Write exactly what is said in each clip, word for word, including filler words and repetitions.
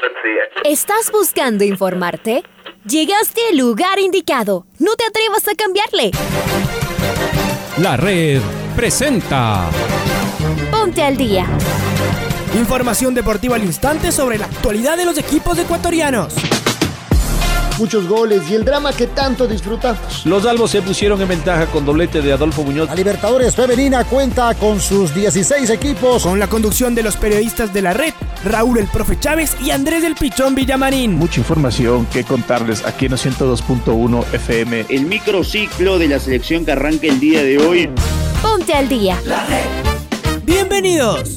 ¿Estás buscando informarte? Llegaste al lugar indicado. No te atrevas a cambiarle. La Red presenta Ponte al Día. Información deportiva al instante sobre la actualidad de los equipos ecuatorianos. Muchos goles y el drama que tanto disfrutamos. Los albos se pusieron en ventaja con doblete de Adolfo Muñoz. La Libertadores Femenina cuenta con sus dieciséis equipos. Con la conducción de los periodistas de La Red, Raúl el Profe Chávez y Andrés el Pichón Villamarín. Mucha información que contarles aquí en ciento dos punto uno F M. El microciclo de la selección que arranca el día de hoy. Ponte al Día. La Red. Bienvenidos.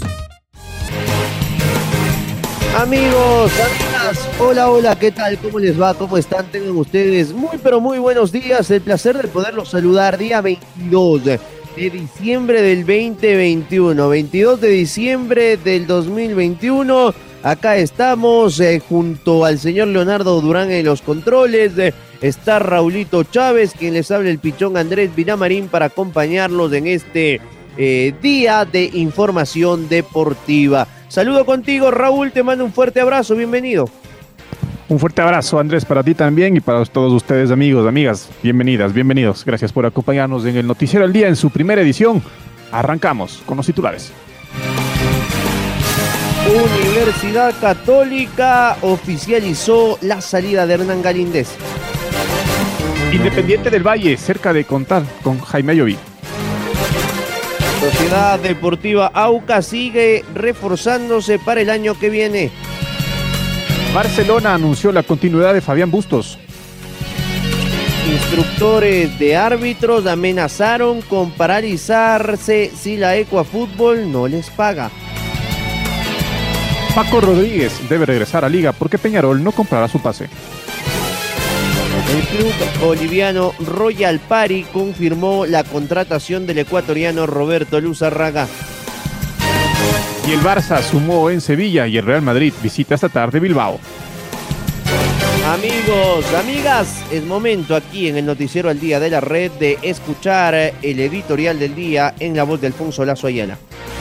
Amigos, amigas, hola, hola, ¿qué tal? ¿Cómo les va? ¿Cómo están? Tengan ustedes muy, pero muy buenos días. El placer de poderlos saludar día veintidós de diciembre del veinte veintiuno. veintidós de diciembre del dos mil veintiuno. Acá estamos eh, junto al señor Leonardo Durán en los controles. Eh, está Raulito Chávez, quien les habla el Pichón Andrés Villamarín para acompañarlos en este eh, día de información deportiva. Saludo contigo, Raúl, te mando un fuerte abrazo, bienvenido. Un fuerte abrazo, Andrés, para ti también y para todos ustedes, amigos, amigas. Bienvenidas, bienvenidos. Gracias por acompañarnos en el Noticiero del Día en su primera edición. Arrancamos con los titulares. Universidad Católica oficializó la salida de Hernán Galíndez. Independiente del Valle, cerca de contar con Jaime Ayoví. Sociedad Deportiva Aucas sigue reforzándose para el año que viene. Barcelona anunció la continuidad de Fabián Bustos. Instructores de árbitros amenazaron con paralizarse si la Ecuafútbol no les paga. Paco Rodríguez debe regresar a Liga porque Peñarol no comprará su pase. El club boliviano Royal Party confirmó la contratación del ecuatoriano Roberto Luzarraga. Y el Barça sumó en Sevilla y el Real Madrid visita esta tarde Bilbao. Amigos, amigas, es momento aquí en el Noticiero al Día de la Red de escuchar el editorial del día en la voz de Alfonso Lazo Ayala.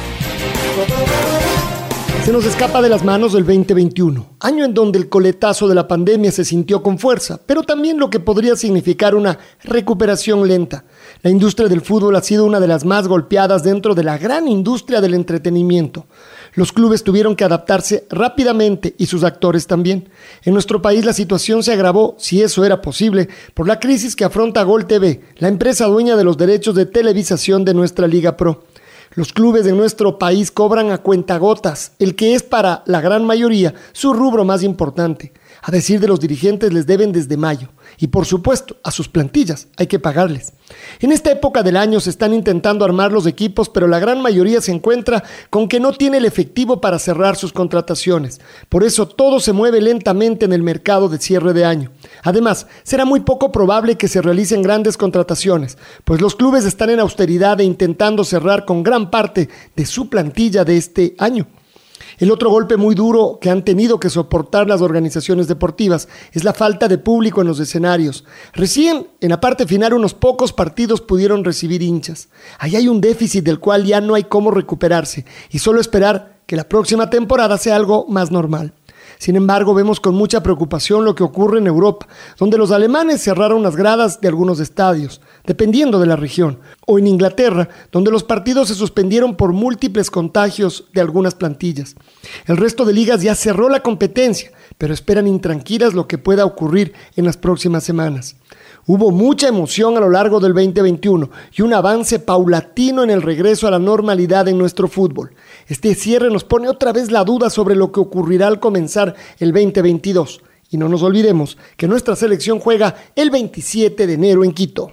Se nos escapa de las manos el veinte veintiuno, año en donde el coletazo de la pandemia se sintió con fuerza, pero también lo que podría significar una recuperación lenta. La industria del fútbol ha sido una de las más golpeadas dentro de la gran industria del entretenimiento. Los clubes tuvieron que adaptarse rápidamente y sus actores también. En nuestro país la situación se agravó, si eso era posible, por la crisis que afronta Gol T V, la empresa dueña de los derechos de televisación de nuestra Liga Pro. Los clubes de nuestro país cobran a cuentagotas, el que es para la gran mayoría su rubro más importante. A decir de los dirigentes, les deben desde mayo. Y por supuesto, a sus plantillas hay que pagarles. En esta época del año se están intentando armar los equipos, pero la gran mayoría se encuentra con que no tiene el efectivo para cerrar sus contrataciones. Por eso todo se mueve lentamente en el mercado de cierre de año. Además, será muy poco probable que se realicen grandes contrataciones, pues los clubes están en austeridad e intentando cerrar con gran parte de su plantilla de este año. El otro golpe muy duro que han tenido que soportar las organizaciones deportivas es la falta de público en los escenarios. Recién, en la parte final, unos pocos partidos pudieron recibir hinchas. Ahí hay un déficit del cual ya no hay cómo recuperarse y solo esperar que la próxima temporada sea algo más normal. Sin embargo, vemos con mucha preocupación lo que ocurre en Europa, donde los alemanes cerraron las gradas de algunos estadios, dependiendo de la región, o en Inglaterra, donde los partidos se suspendieron por múltiples contagios de algunas plantillas. El resto de ligas ya cerró la competencia, pero esperan intranquilas lo que pueda ocurrir en las próximas semanas. Hubo mucha emoción a lo largo del veinte veintiuno y un avance paulatino en el regreso a la normalidad en nuestro fútbol. Este cierre nos pone otra vez la duda sobre lo que ocurrirá al comenzar el veinte veintidós. Y no nos olvidemos que nuestra selección juega el veintisiete de enero en Quito.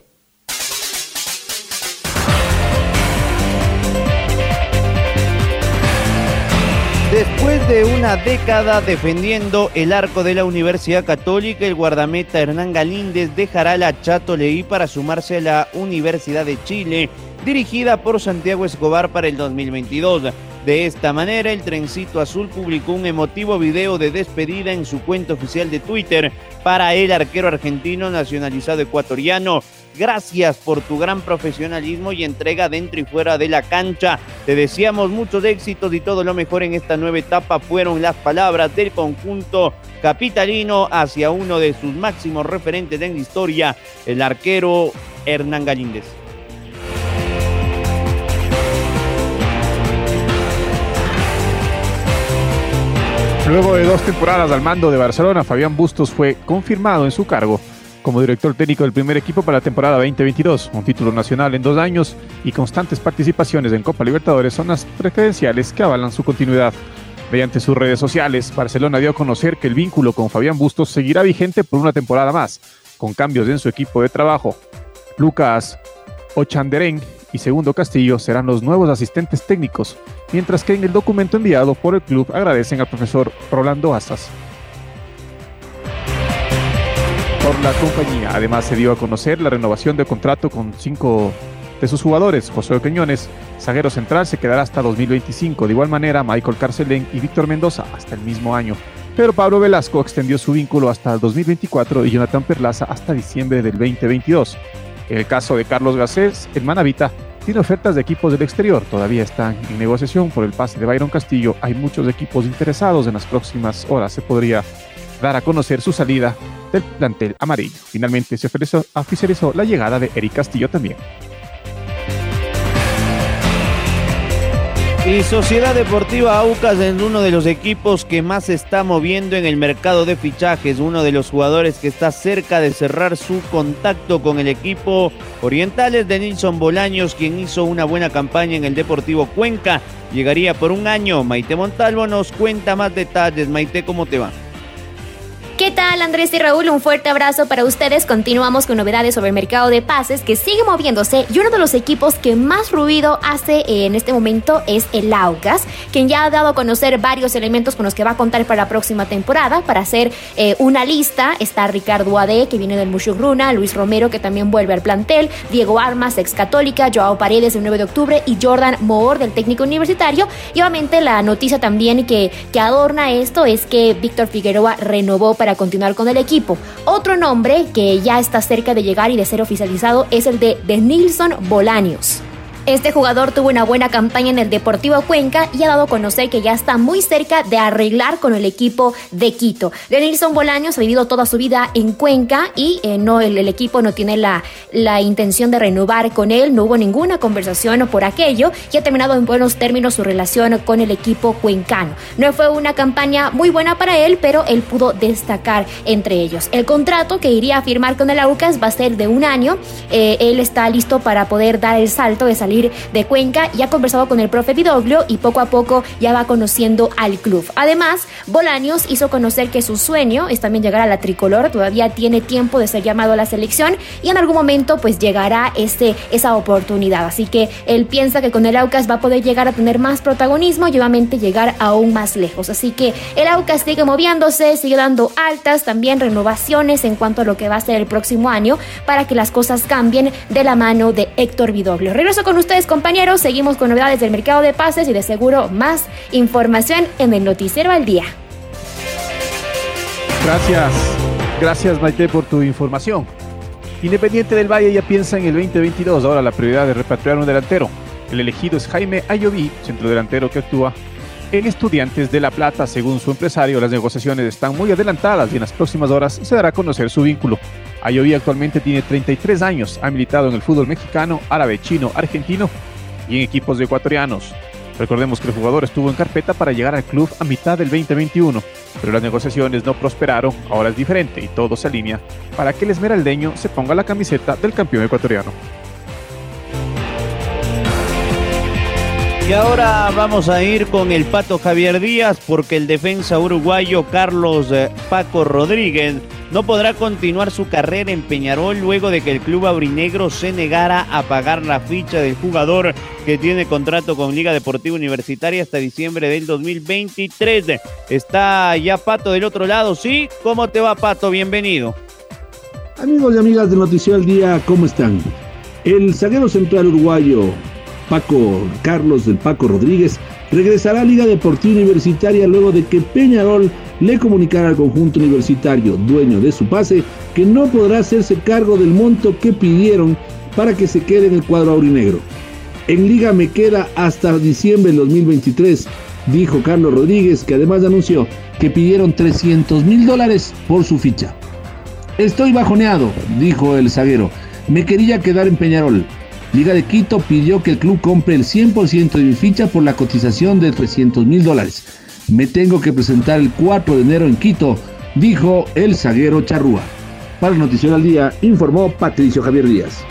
Después de una década defendiendo el arco de la Universidad Católica, el guardameta Hernán Galíndez dejará la Chato Leí para sumarse a la Universidad de Chile, dirigida por Santiago Escobar para el dos mil veintidós. De esta manera, el Trencito Azul publicó un emotivo video de despedida en su cuenta oficial de Twitter para el arquero argentino nacionalizado ecuatoriano. Gracias por tu gran profesionalismo y entrega dentro y fuera de la cancha. Te deseamos muchos éxitos y todo lo mejor en esta nueva etapa. Fueron las palabras del conjunto capitalino hacia uno de sus máximos referentes en la historia, el arquero Hernán Galíndez. Luego de dos temporadas al mando de Barcelona, Fabián Bustos fue confirmado en su cargo como director técnico del primer equipo para la temporada veinte veintidós. Un título nacional en dos años y constantes participaciones en Copa Libertadores son las credenciales que avalan su continuidad. Mediante sus redes sociales, Barcelona dio a conocer que el vínculo con Fabián Bustos seguirá vigente por una temporada más, con cambios en su equipo de trabajo. Lucas Ochanderén y Segundo Castillo serán los nuevos asistentes técnicos, mientras que en el documento enviado por el club agradecen al profesor Rolando Asas por la compañía. Además, se dio a conocer la renovación de contrato con cinco de sus jugadores. Josué Quiñones, zaguero central, se quedará hasta dos mil veinticinco. De igual manera, Michael Carcelén y Víctor Mendoza hasta el mismo año. Pero Pablo Velasco extendió su vínculo hasta el dos mil veinticuatro y Jonathan Perlaza hasta diciembre del veinte veintidós. En el caso de Carlos Garcés, el Manavita tiene ofertas de equipos del exterior. Todavía están en negociación por el pase de Byron Castillo. Hay muchos equipos interesados. En las próximas horas se podría dar a conocer su salida del plantel amarillo. Finalmente se oficializó, oficializó la llegada de Eric Castillo también. Y Sociedad Deportiva Aucas es uno de los equipos que más se está moviendo en el mercado de fichajes, uno de los jugadores que está cerca de cerrar su contacto con el equipo oriental es de Nilson Bolaños, quien hizo una buena campaña en el Deportivo Cuenca, llegaría por un año. Maite Montalvo nos cuenta más detalles. Maite, ¿cómo te va? ¿Qué tal, Andrés y Raúl? Un fuerte abrazo para ustedes. Continuamos con novedades sobre el mercado de pases que sigue moviéndose y uno de los equipos que más ruido hace en este momento es el Aucas, quien ya ha dado a conocer varios elementos con los que va a contar para la próxima temporada. Para hacer eh, una lista está Ricardo Ade, que viene del Mushurruna, Luis Romero, que también vuelve al plantel, Diego Armas, ex Católica, Joao Paredes del nueve de octubre y Jordan Moore del técnico universitario. Y obviamente la noticia también que, que adorna esto es que Víctor Figueroa renovó para continuar con el equipo. Otro nombre que ya está cerca de llegar y de ser oficializado es el de Denilson Bolaños. Este jugador tuvo una buena campaña en el Deportivo Cuenca y ha dado a conocer que ya está muy cerca de arreglar con el equipo de Quito. Denilson Bolaños ha vivido toda su vida en Cuenca y eh, no el, el equipo no tiene la, la intención de renovar con él. No hubo ninguna conversación por aquello y ha terminado en buenos términos su relación con el equipo cuencano. No fue una campaña muy buena para él, pero él pudo destacar entre ellos. El contrato que iría a firmar con el Aucas va a ser de un año. Eh, él está listo para poder dar el salto de salir de Cuenca y ha conversado con el profe Vidoglio y poco a poco ya va conociendo al club. Además, Bolaños hizo conocer que su sueño es también llegar a la tricolor. Todavía tiene tiempo de ser llamado a la selección y en algún momento pues llegará este, esa oportunidad. Así que él piensa que con el Aucas va a poder llegar a tener más protagonismo y obviamente llegar aún más lejos. Así que el Aucas sigue moviéndose, sigue dando altas, también renovaciones en cuanto a lo que va a ser el próximo año para que las cosas cambien de la mano de Héctor Vidoglio. Regreso con ustedes, compañeros, seguimos con novedades del mercado de pases y de seguro más información en el Noticiero al Día. Gracias, gracias Maite por tu información. Independiente del Valle ya piensa en el veinte veintidós, ahora la prioridad es repatriar un delantero. El elegido es Jaime Ayoví, centrodelantero que actúa en Estudiantes de La Plata. Según su empresario, las negociaciones están muy adelantadas y en las próximas horas se dará a conocer su vínculo. Ayoví actualmente tiene treinta y tres años, ha militado en el fútbol mexicano, árabe, chino, argentino y en equipos ecuatorianos. Recordemos que el jugador estuvo en carpeta para llegar al club a mitad del veinte veintiuno, pero las negociaciones no prosperaron. Ahora es diferente y todo se alinea para que el esmeraldeño se ponga la camiseta del campeón ecuatoriano. Y ahora vamos a ir con el Pato Javier Díaz, porque el defensa uruguayo Carlos eh, Paco Rodríguez no podrá continuar su carrera en Peñarol luego de que el club aurinegro se negara a pagar la ficha del jugador que tiene contrato con Liga Deportiva Universitaria hasta diciembre del dos mil veintitrés. Está ya Pato del otro lado, ¿sí? ¿Cómo te va, Pato? Bienvenido. Amigos y amigas de Noticiero al Día, ¿cómo están? El zaguero central uruguayo Paco Carlos del Paco Rodríguez regresará a Liga Deportiva Universitaria luego de que Peñarol le comunicara al conjunto universitario, dueño de su pase, que no podrá hacerse cargo del monto que pidieron para que se quede en el cuadro aurinegro. En Liga me queda hasta diciembre del dos mil veintitrés, dijo Carlos Rodríguez, que además anunció que pidieron trescientos mil dólares por su ficha. Estoy bajoneado, dijo el zaguero, me quería quedar en Peñarol. Liga de Quito pidió que el club compre el cien por ciento de mi ficha por la cotización de trescientos mil dólares. Me tengo que presentar el cuatro de enero en Quito, dijo el zaguero Charrúa. Para el Noticiero al Día, informó Patricio Javier Díaz.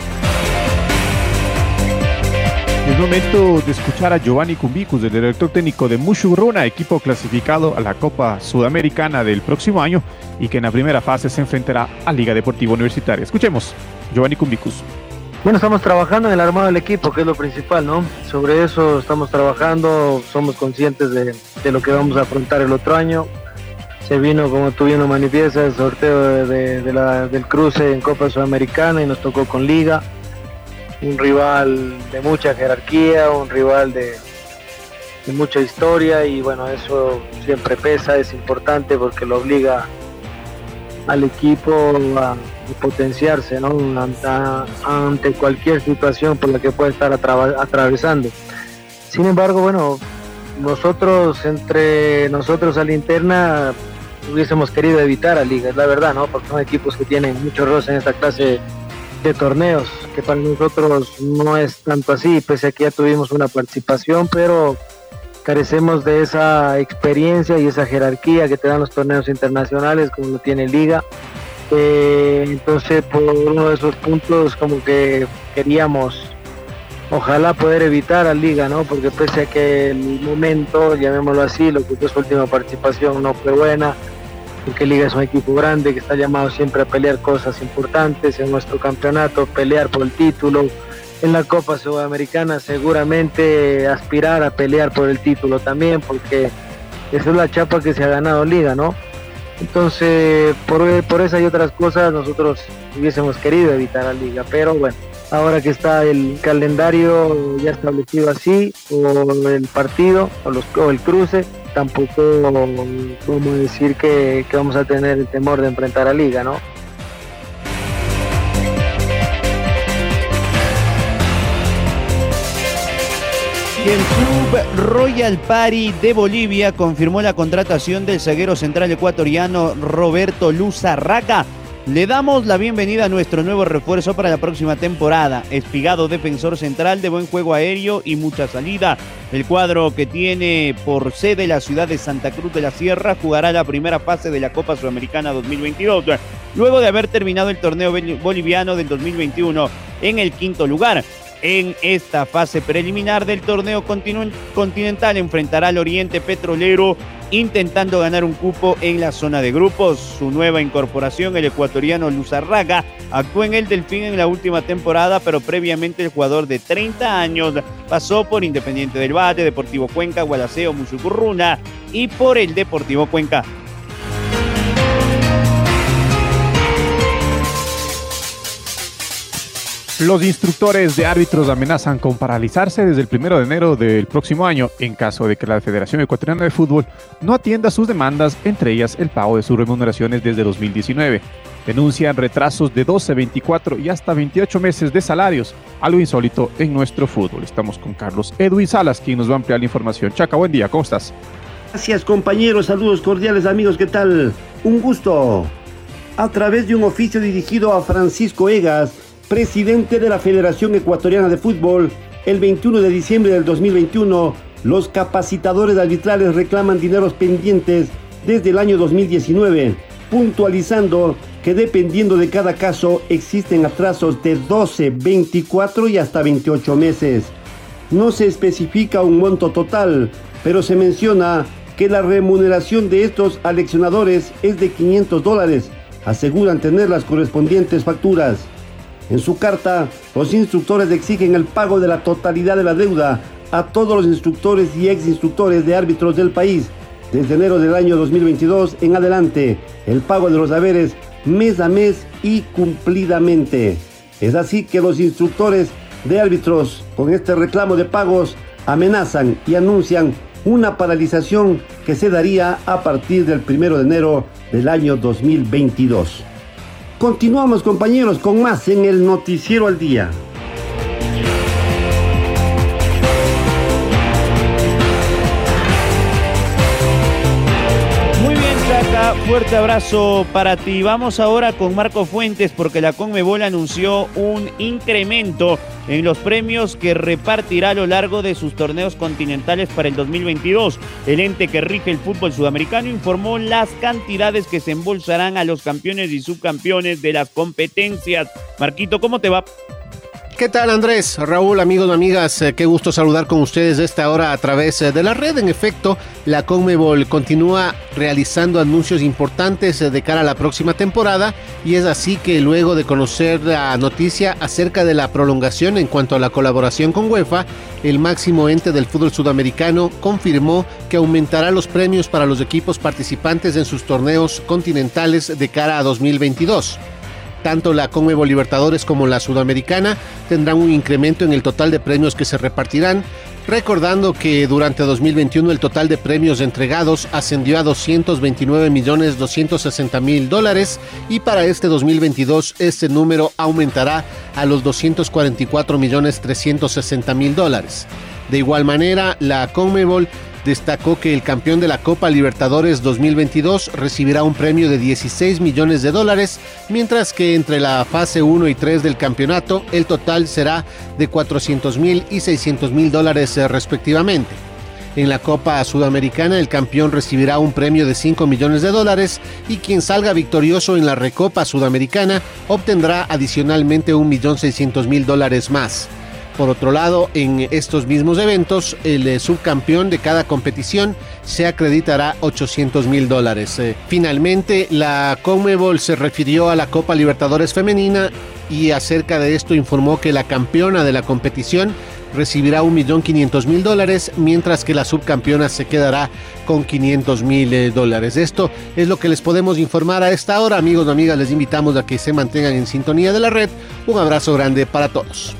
Es momento de escuchar a Giovanni Cumbicus, el director técnico de Mushuruna, equipo clasificado a la Copa Sudamericana del próximo año y que en la primera fase se enfrentará a Liga Deportiva Universitaria. Escuchemos, Giovanni Cumbicus. Bueno, estamos trabajando en el armado del equipo, que es lo principal, ¿no? Sobre eso estamos trabajando, somos conscientes de, de lo que vamos a afrontar el otro año. Se vino, como tú bien lo manifiestas, el sorteo de, de, de la, del cruce en Copa Sudamericana y nos tocó con Liga. Un rival de mucha jerarquía, un rival de, de mucha historia y bueno, eso siempre pesa, es importante porque lo obliga al equipo a potenciarse, ¿no? ante, ante cualquier situación por la que pueda estar atra- atravesando. Sin embargo, bueno, nosotros entre nosotros a la interna hubiésemos querido evitar a Liga, es la verdad, ¿no? Porque son equipos que tienen mucho roce en esta clase de torneos, que para nosotros no es tanto así, pese a que ya tuvimos una participación, pero carecemos de esa experiencia y esa jerarquía que te dan los torneos internacionales como lo tiene Liga. Eh, entonces por uno de esos puntos como que queríamos ojalá poder evitar a Liga, ¿no? Porque pese a que el momento, llamémoslo así, lo que fue su última participación no fue buena, porque Liga es un equipo grande que está llamado siempre a pelear cosas importantes en nuestro campeonato, pelear por el título, en la Copa Sudamericana seguramente aspirar a pelear por el título también, porque esa es la chapa que se ha ganado Liga, ¿no? Entonces, por, por esas y otras cosas nosotros hubiésemos querido evitar a Liga, pero bueno, ahora que está el calendario ya establecido así, o el partido, o, los, o el cruce, tampoco podemos decir que, que vamos a tener el temor de enfrentar a Liga, ¿no? Y el club Royal Party de Bolivia confirmó la contratación del zaguero central ecuatoriano Roberto Luzarraga. Le damos la bienvenida a nuestro nuevo refuerzo para la próxima temporada. Espigado defensor central de buen juego aéreo y mucha salida. El cuadro que tiene por sede la ciudad de Santa Cruz de la Sierra jugará la primera fase de la Copa Sudamericana dos mil veintidós, luego de haber terminado el torneo boliviano del dos mil veintiuno en el quinto lugar. En esta fase preliminar del torneo continental enfrentará al Oriente Petrolero intentando ganar un cupo en la zona de grupos. Su nueva incorporación, el ecuatoriano Luzarraga, actuó en el Delfín en la última temporada, pero previamente el jugador de treinta años pasó por Independiente del Valle, Deportivo Cuenca, Gualaceo, Musucurruna y por el Deportivo Cuenca. Los instructores de árbitros amenazan con paralizarse desde el primero de enero del próximo año en caso de que la Federación Ecuatoriana de Fútbol no atienda sus demandas, entre ellas el pago de sus remuneraciones desde dos mil diecinueve. Denuncian retrasos de doce, veinticuatro y hasta veintiocho meses de salarios, algo insólito en nuestro fútbol. Estamos con Carlos Edwin Salas, quien nos va a ampliar la información. Chaca, buen día, ¿cómo estás? Gracias, compañeros, saludos cordiales, amigos, ¿qué tal? Un gusto. A través de un oficio dirigido a Francisco Egas, presidente de la Federación Ecuatoriana de Fútbol, el veintiuno de diciembre del dos mil veintiuno, los capacitadores arbitrales reclaman dineros pendientes desde el año dos mil diecinueve, puntualizando que dependiendo de cada caso existen atrasos de doce, veinticuatro y hasta veintiocho meses. No se especifica un monto total, pero se menciona que la remuneración de estos aleccionadores es de quinientos dólares. Aseguran tener las correspondientes facturas. En su carta, los instructores exigen el pago de la totalidad de la deuda a todos los instructores y ex instructores de árbitros del país desde enero del año dos mil veintidós en adelante, el pago de los haberes mes a mes y cumplidamente. Es así que los instructores de árbitros con este reclamo de pagos amenazan y anuncian una paralización que se daría a partir del primero de enero del año dos mil veintidós. Continuamos, compañeros, con más en el Noticiero al Día. Fuerte abrazo para ti. Vamos ahora con Marco Fuentes porque la Conmebol anunció un incremento en los premios que repartirá a lo largo de sus torneos continentales para el dos mil veintidós. El ente que rige el fútbol sudamericano informó las cantidades que se embolsarán a los campeones y subcampeones de las competencias. Marquito, ¿cómo te va? ¿Qué tal, Andrés? Raúl, amigos y amigas, eh, qué gusto saludar con ustedes de esta hora a través eh, de la red. En efecto, la Conmebol continúa realizando anuncios importantes eh, de cara a la próxima temporada, y es así que luego de conocer la noticia acerca de la prolongación en cuanto a la colaboración con UEFA, el máximo ente del fútbol sudamericano confirmó que aumentará los premios para los equipos participantes en sus torneos continentales de cara a dos mil veintidós. Tanto la Conmebol Libertadores como la Sudamericana tendrán un incremento en el total de premios que se repartirán, recordando que durante dos mil veintiuno el total de premios entregados ascendió a doscientos veintinueve millones doscientos sesenta mil dólares y para este dos mil veintidós este número aumentará a los doscientos cuarenta y cuatro millones trescientos sesenta mil dólares. De igual manera, la Conmebol destacó que el campeón de la Copa Libertadores dos mil veintidós recibirá un premio de dieciséis millones de dólares, mientras que entre la fase uno y tres del campeonato el total será de cuatrocientos mil y seiscientos mil dólares respectivamente. En la Copa Sudamericana el campeón recibirá un premio de cinco millones de dólares y quien salga victorioso en la Recopa Sudamericana obtendrá adicionalmente un millón seiscientos mil dólares más. Por otro lado, en estos mismos eventos, el subcampeón de cada competición se acreditará ochocientos mil dólares. Eh, finalmente, la Conmebol se refirió a la Copa Libertadores Femenina y acerca de esto informó que la campeona de la competición recibirá un millón quinientos mil dólares, mientras que la subcampeona se quedará con quinientos mil dólares. Esto es lo que les podemos informar a esta hora. Amigos y amigas, les invitamos a que se mantengan en sintonía de la red. Un abrazo grande para todos.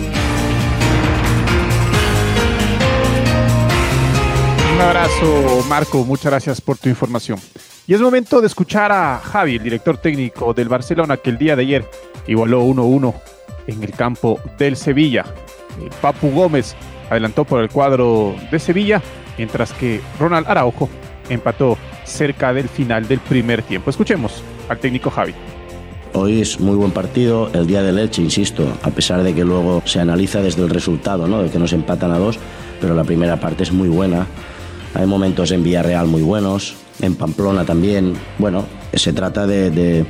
Un abrazo, Marco, muchas gracias por tu información. Y es momento de escuchar a Javi, el director técnico del Barcelona, que el día de ayer igualó uno uno en el campo del Sevilla. El Papu Gómez adelantó por el cuadro de Sevilla, mientras que Ronald Araujo empató cerca del final del primer tiempo. Escuchemos al técnico Javi. Hoy es muy buen partido, el día del Elche, insisto, a pesar de que luego se analiza desde el resultado, ¿no?, de que nos empatan a dos, pero la primera parte es muy buena. Hay momentos en Villarreal muy buenos, en Pamplona también. Bueno, se trata de, de,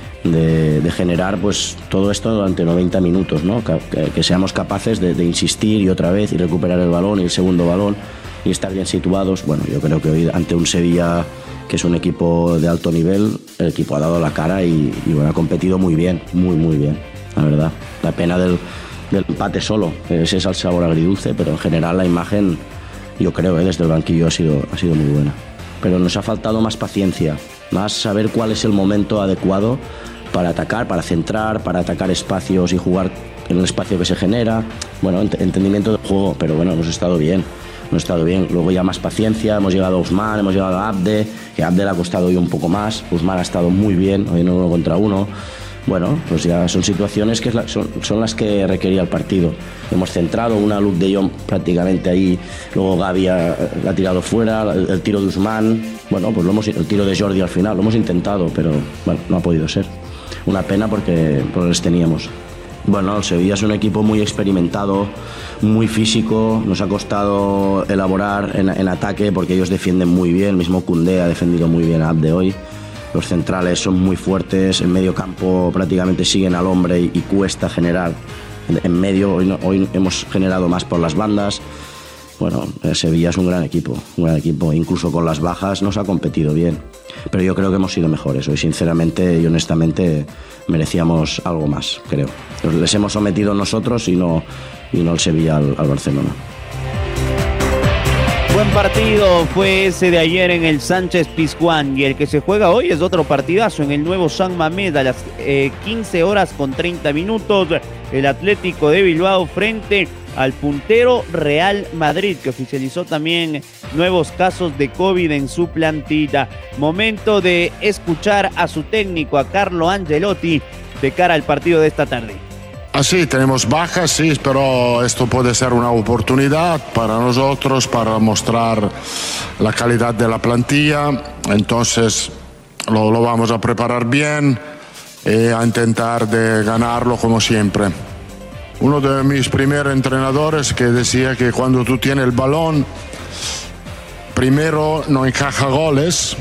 de, de generar pues todo esto durante noventa minutos, ¿no? Que, que seamos capaces de, de insistir y otra vez y recuperar el balón y el segundo balón y estar bien situados. Bueno, yo creo que hoy ante un Sevilla que es un equipo de alto nivel, el equipo ha dado la cara y, y bueno, ha competido muy bien, muy muy bien, la verdad. La pena del, del empate solo, ese es el sabor agridulce, pero en general la imagen, yo creo, ¿eh? desde el banquillo ha sido, ha sido muy buena. Pero nos ha faltado más paciencia, más saber cuál es el momento adecuado para atacar, para centrar, para atacar espacios y jugar en el espacio que se genera. Bueno, ent- entendimiento del juego, pero bueno, hemos estado bien, hemos estado bien. Luego ya más paciencia, hemos llegado a Ousmane, hemos llegado a Abde, que a Abde le ha costado hoy un poco más. Ousmane ha estado muy bien, hoy en uno contra uno. Bueno, pues ya son situaciones que son, son las que requería el partido. Hemos centrado una Luke de Jong prácticamente ahí, luego Gavi ha, ha tirado fuera, el, el tiro de Ousmane, bueno, pues lo hemos, el tiro de Jordi al final, lo hemos intentado, pero bueno, no ha podido ser. Una pena porque, porque les teníamos. Bueno, el Sevilla es un equipo muy experimentado, muy físico, nos ha costado elaborar en, en ataque porque ellos defienden muy bien, el mismo Koundé ha defendido muy bien a Abde hoy. Los centrales son muy fuertes, en medio campo prácticamente siguen al hombre y, y cuesta generar. En, en medio, hoy, no, hoy hemos generado más por las bandas. Bueno, Sevilla es un gran equipo, un gran equipo. Incluso con las bajas nos ha competido bien. Pero yo creo que hemos sido mejores. Hoy, sinceramente y honestamente, merecíamos algo más, creo. Les hemos sometido nosotros y no, y no el Sevilla al, al Barcelona. Buen partido fue ese de ayer en el Sánchez Pizjuán, y el que se juega hoy es otro partidazo en el nuevo San Mamés a las eh, quince horas con treinta minutos. El Atlético de Bilbao frente al puntero Real Madrid, que oficializó también nuevos casos de COVID en su plantilla. Momento de escuchar a su técnico, a Carlo Ancelotti, de cara al partido de esta tarde. Así, tenemos bajas, sí, pero esto puede ser una oportunidad para nosotros para mostrar la calidad de la plantilla. Entonces lo, lo vamos a preparar bien y a intentar de ganarlo como siempre. Uno de mis primeros entrenadores que decía que cuando tú tienes el balón, primero no encaja goles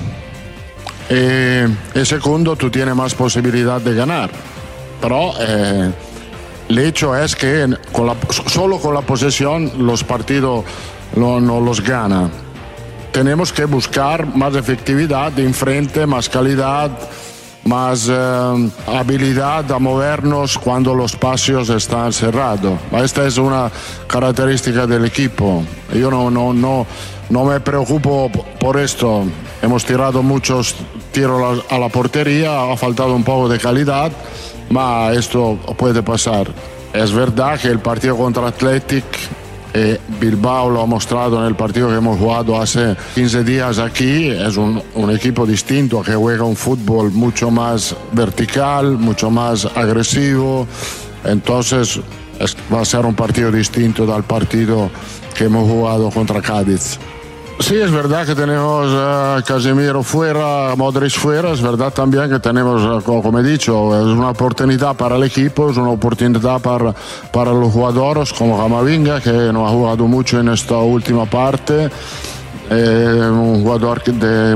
y, y segundo tú tienes más posibilidad de ganar. Pero eh, el hecho es que con la, solo con la posesión los partidos no, no los gana. Tenemos que buscar más efectividad de enfrente, más calidad, más eh, habilidad a movernos cuando los espacios están cerrados. Esta es una característica del equipo. Yo no, no, no, no me preocupo por esto. Hemos tirado muchos tiros a la portería, ha faltado un poco de calidad, pero esto puede pasar. Es verdad que el partido contra Athletic, eh, Bilbao lo ha mostrado en el partido que hemos jugado hace quince días aquí, es un, un equipo distinto que juega un fútbol mucho más vertical, mucho más agresivo, entonces es, va a ser un partido distinto del partido que hemos jugado contra Cádiz. Sí, es verdad que tenemos uh, Casemiro fuera, Modric fuera, es verdad también que tenemos, uh, como he dicho, es una oportunidad para el equipo, es una oportunidad para, para los jugadores como Camavinga, que no ha jugado mucho en esta última parte, eh, un jugador que, de,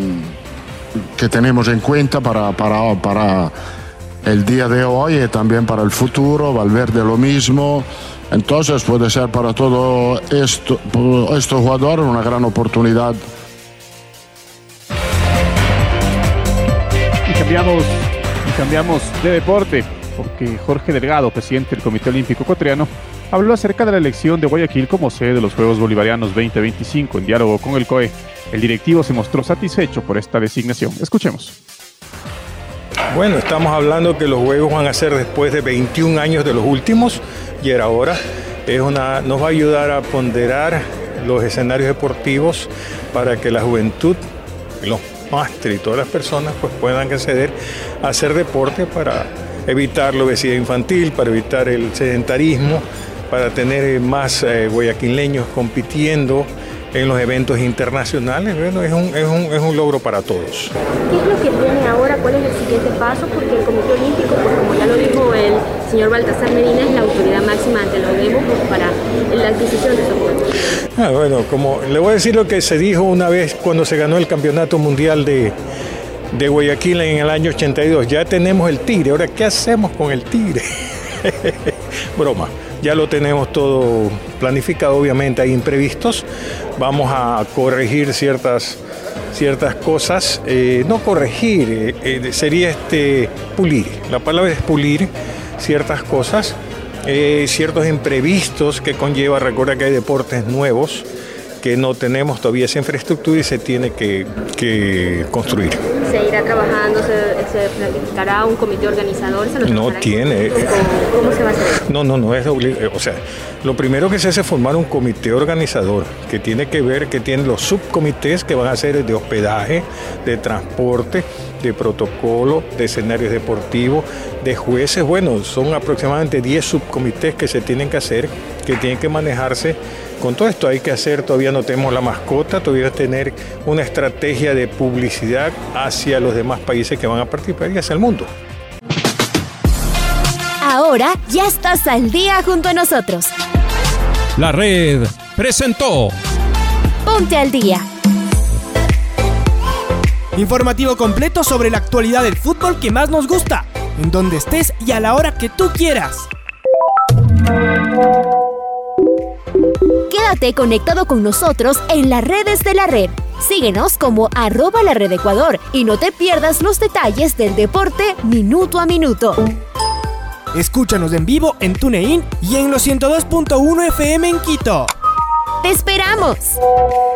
que tenemos en cuenta para, para, para el día de hoy y también para el futuro. Valverde lo mismo. Entonces puede ser para todo esto, estos jugadores una gran oportunidad. Y cambiamos, y cambiamos de deporte, porque Jorge Delgado, presidente del Comité Olímpico Ecuatoriano, habló acerca de la elección de Guayaquil como sede de los Juegos Bolivarianos veinte veinticinco. En diálogo con el C O E, el directivo se mostró satisfecho por esta designación. Escuchemos. Bueno, estamos hablando que los Juegos van a ser después de veintiún años de los últimos, y era hora. Es una, nos va a ayudar a ponderar los escenarios deportivos para que la juventud, los másteres y todas las personas pues puedan acceder a hacer deporte para evitar la obesidad infantil, para evitar el sedentarismo, para tener más eh, guayaquileños compitiendo en los eventos internacionales. Bueno, es un, es un, es un logro para todos. ¿Qué es lo que viene ahora? ¿Cuál es el siguiente paso? Porque el Comité Olímpico, pues como ya lo dijo el señor Baltasar Medina, es la autoridad máxima ante la ONU para la adquisición de esos juegos. Ah, bueno, como le voy a decir lo que se dijo una vez cuando se ganó el Campeonato Mundial de, de Guayaquil en el año ochenta y dos. Ya tenemos el Tigre, ahora ¿qué hacemos con el Tigre? Broma. Ya lo tenemos todo planificado, obviamente hay imprevistos. Vamos a corregir ciertas, ciertas cosas, eh, no corregir, eh, eh, sería este, pulir. La palabra es pulir ciertas cosas, eh, ciertos imprevistos que conlleva. Recuerda que hay deportes nuevos que no tenemos todavía esa infraestructura y se tiene que, que construir. ¿Se irá trabajando, se, se planificará un comité organizador? ¿Se no tiene. ¿Cómo, ¿Cómo se va a hacer? No, no, no es obligatorio. O sea, lo primero que se hace es formar un comité organizador que tiene que ver, que tiene los subcomités que van a ser de hospedaje, de transporte, de protocolo, de escenarios deportivos, de jueces. Bueno, son aproximadamente diez subcomités que se tienen que hacer, que tienen que manejarse. Con todo esto hay que hacer, todavía no tenemos la mascota, todavía tener una estrategia de publicidad hacia los demás países que van a participar y hacia el mundo. Ahora ya estás al día junto a nosotros. La Red presentó Ponte al Día. Informativo completo sobre la actualidad del fútbol que más nos gusta, en donde estés y a la hora que tú quieras. Quédate conectado con nosotros en las redes de la red. Síguenos como arroba la red Ecuador y no te pierdas los detalles del deporte minuto a minuto. Escúchanos en vivo en TuneIn y en los ciento dos punto uno F M en Quito. ¡Te esperamos!